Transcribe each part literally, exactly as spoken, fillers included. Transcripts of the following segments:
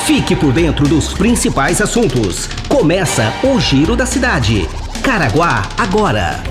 Fique por dentro dos principais assuntos. Começa o Giro da Cidade. Caraguá agora.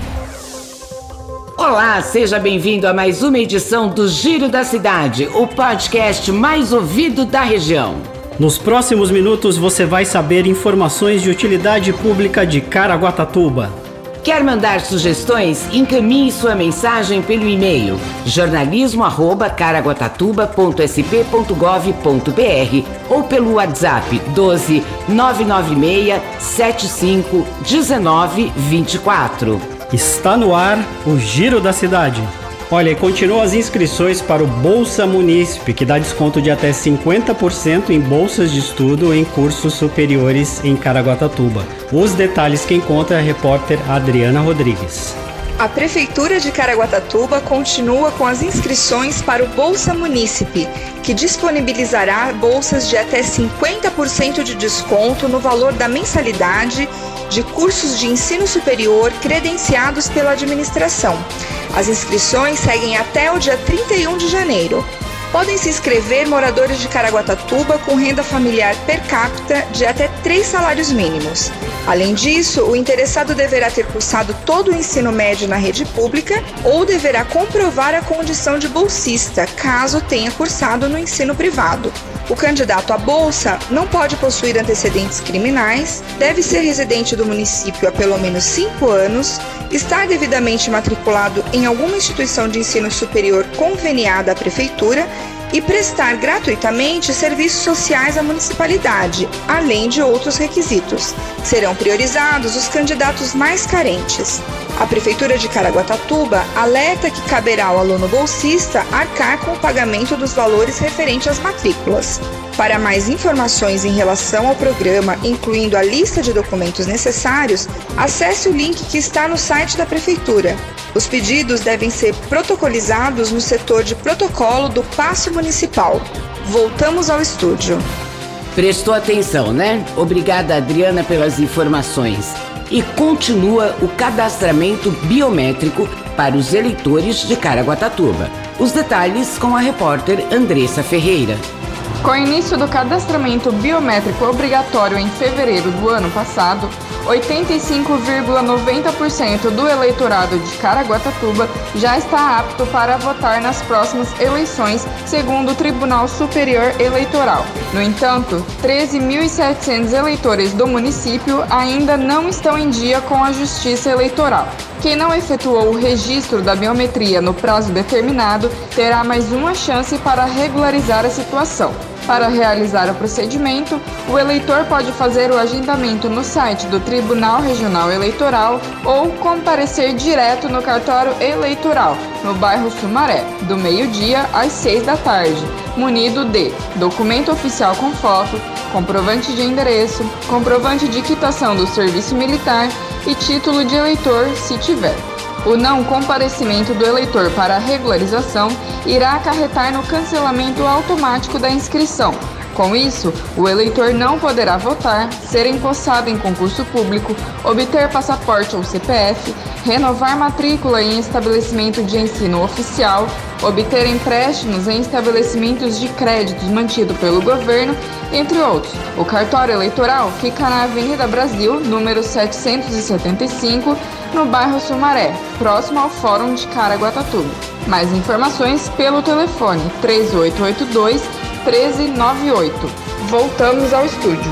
Olá, seja bem-vindo a mais uma edição do Giro da Cidade, o podcast mais ouvido da região. Nos próximos minutos você vai saber informações de utilidade pública de Caraguatatuba. Quer mandar sugestões? Encaminhe sua mensagem pelo e-mail jornalismo arroba caraguatatuba ponto s p ponto gov ponto b r ou pelo WhatsApp doze nove nove seis sete cinco um nove dois quatro. Está no ar o Giro da Cidade. Olha, continuam as inscrições para o Bolsa Munícipe, que dá desconto de até cinquenta por cento em bolsas de estudo em cursos superiores em Caraguatatuba. Os detalhes que encontra a repórter Adriana Rodrigues. A Prefeitura de Caraguatatuba continua com as inscrições para o Bolsa Munícipe, que disponibilizará bolsas de até cinquenta por cento de desconto no valor da mensalidade de cursos de ensino superior credenciados pela administração. As inscrições seguem até o dia trinta e um de janeiro. Podem se inscrever moradores de Caraguatatuba com renda familiar per capita de até três salários mínimos. Além disso, o interessado deverá ter cursado todo o ensino médio na rede pública ou deverá comprovar a condição de bolsista, caso tenha cursado no ensino privado. O candidato à bolsa não pode possuir antecedentes criminais, deve ser residente do município há pelo menos cinco anos, estar devidamente matriculado em alguma instituição de ensino superior conveniada à Prefeitura e prestar gratuitamente serviços sociais à municipalidade, além de outros requisitos. Serão priorizados os candidatos mais carentes. A Prefeitura de Caraguatatuba alerta que caberá ao aluno bolsista arcar com o pagamento dos valores referentes às matrículas. Para mais informações em relação ao programa, incluindo a lista de documentos necessários, acesse o link que está no site da Prefeitura. Os pedidos devem ser protocolizados no setor de protocolo do Paço Municipal. Voltamos ao estúdio. Prestou atenção, né? Obrigada, Adriana, pelas informações. E continua o cadastramento biométrico para os eleitores de Caraguatatuba. Os detalhes com a repórter Andressa Ferreira. Com o início do cadastramento biométrico obrigatório em fevereiro do ano passado, oitenta e cinco vírgula noventa por cento do eleitorado de Caraguatatuba já está apto para votar nas próximas eleições, segundo o Tribunal Superior Eleitoral. No entanto, treze mil e setecentos eleitores do município ainda não estão em dia com a Justiça Eleitoral. Quem não efetuou o registro da biometria no prazo determinado terá mais uma chance para regularizar a situação. Para realizar o procedimento, o eleitor pode fazer o agendamento no site do Tribunal Regional Eleitoral ou comparecer direto no cartório eleitoral, no bairro Sumaré, do meio-dia às seis da tarde, munido de documento oficial com foto, comprovante de endereço, comprovante de quitação do serviço militar e título de eleitor, se tiver. O não comparecimento do eleitor para a regularização irá acarretar no cancelamento automático da inscrição. Com isso, o eleitor não poderá votar, ser empossado em concurso público, obter passaporte ou C P F, renovar matrícula em estabelecimento de ensino oficial, obter empréstimos em estabelecimentos de créditos mantido pelo governo, entre outros. O cartório eleitoral fica na Avenida Brasil, número setecentos e setenta e cinco, no bairro Sumaré, próximo ao Fórum de Caraguatatuba. Mais informações pelo telefone três oito oito dois, um três nove oito. Voltamos ao estúdio.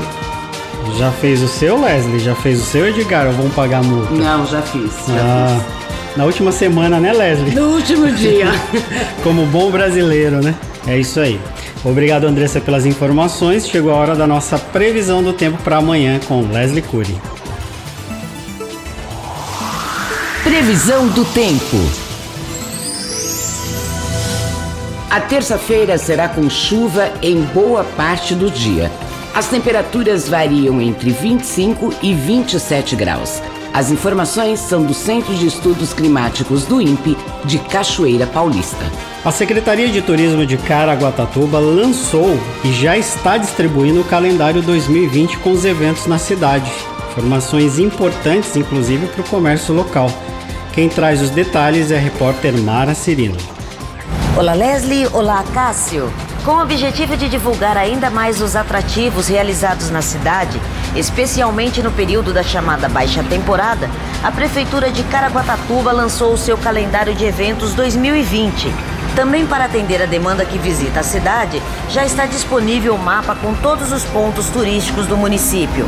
Já fez o seu, Leslie? Já fez o seu, Edgar? Ou vão pagar a multa? Não, já fiz. Já ah, fiz. Na última semana, né, Leslie? No último dia. Como bom brasileiro, né? É isso aí. Obrigado, Andressa, pelas informações. Chegou a hora da nossa previsão do tempo para amanhã com Leslie Cury. Previsão do tempo. A terça-feira será com chuva em boa parte do dia. As temperaturas variam entre vinte e cinco e vinte e sete graus. As informações são do Centro de Estudos Climáticos do INPE de Cachoeira Paulista. A Secretaria de Turismo de Caraguatatuba lançou e já está distribuindo o calendário dois mil e vinte com os eventos na cidade. Informações importantes, inclusive, para o comércio local. Quem traz os detalhes é a repórter Mara Cirino. Olá, Leslie. Olá, Cássio. Com o objetivo de divulgar ainda mais os atrativos realizados na cidade, especialmente no período da chamada baixa temporada, a Prefeitura de Caraguatatuba lançou o seu calendário de eventos dois mil e vinte. Também para atender a demanda que visita a cidade, já está disponível o mapa com todos os pontos turísticos do município.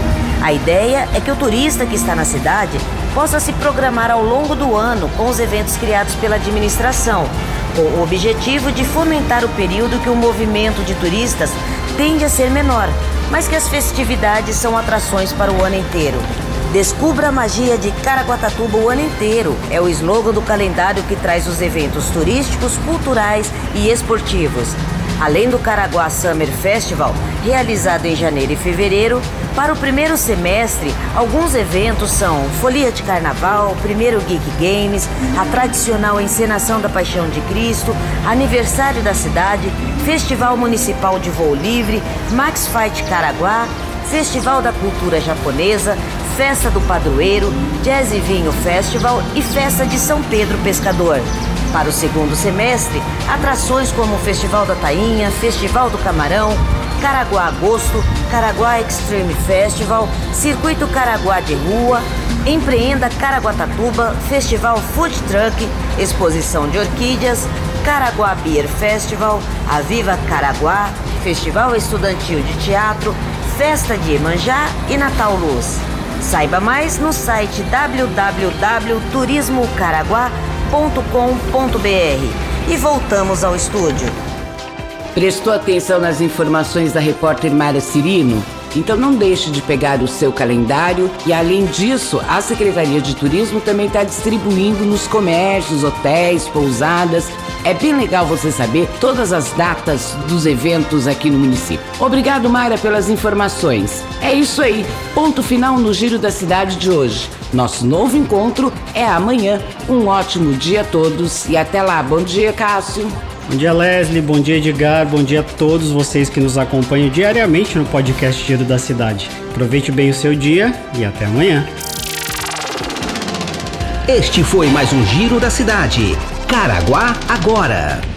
A ideia é que o turista que está na cidade possa se programar ao longo do ano com os eventos criados pela administração, com o objetivo de fomentar o período que o movimento de turistas tende a ser menor, mas que as festividades são atrações para o ano inteiro. Descubra a magia de Caraguatatuba o ano inteiro, é o slogan do calendário que traz os eventos turísticos, culturais e esportivos. Além do Caraguá Summer Festival, realizado em janeiro e fevereiro, para o primeiro semestre, alguns eventos são Folia de Carnaval, primeiro Geek Games, a tradicional Encenação da Paixão de Cristo, Aniversário da Cidade, Festival Municipal de Voo Livre, Max Fight Caraguá, Festival da Cultura Japonesa, Festa do Padroeiro, Jazz e Vinho Festival e Festa de São Pedro Pescador. Para o segundo semestre, atrações como o Festival da Tainha, Festival do Camarão, Caraguá Agosto, Caraguá Extreme Festival, Circuito Caraguá de Rua, Empreenda Caraguatatuba, Festival Food Truck, Exposição de Orquídeas, Caraguá Beer Festival, Aviva Caraguá, Festival Estudantil de Teatro, Festa de Iemanjá e Natal Luz. Saiba mais no site w w w ponto turismo caraguá ponto com ponto b r. E voltamos ao estúdio. Prestou atenção nas informações da repórter Mara Cirino? Então não deixe de pegar o seu calendário e, além disso, a Secretaria de Turismo também está distribuindo nos comércios, hotéis, pousadas. É bem legal você saber todas as datas dos eventos aqui no município. Obrigado, Mayra, pelas informações. É isso aí, ponto final no Giro da Cidade de hoje. Nosso novo encontro é amanhã. Um ótimo dia a todos e até lá. Bom dia, Cássio. Bom dia, Leslie. Bom dia, Edgar. Bom dia a todos vocês que nos acompanham diariamente no podcast Giro da Cidade. Aproveite bem o seu dia e até amanhã. Este foi mais um Giro da Cidade. Caraguá agora.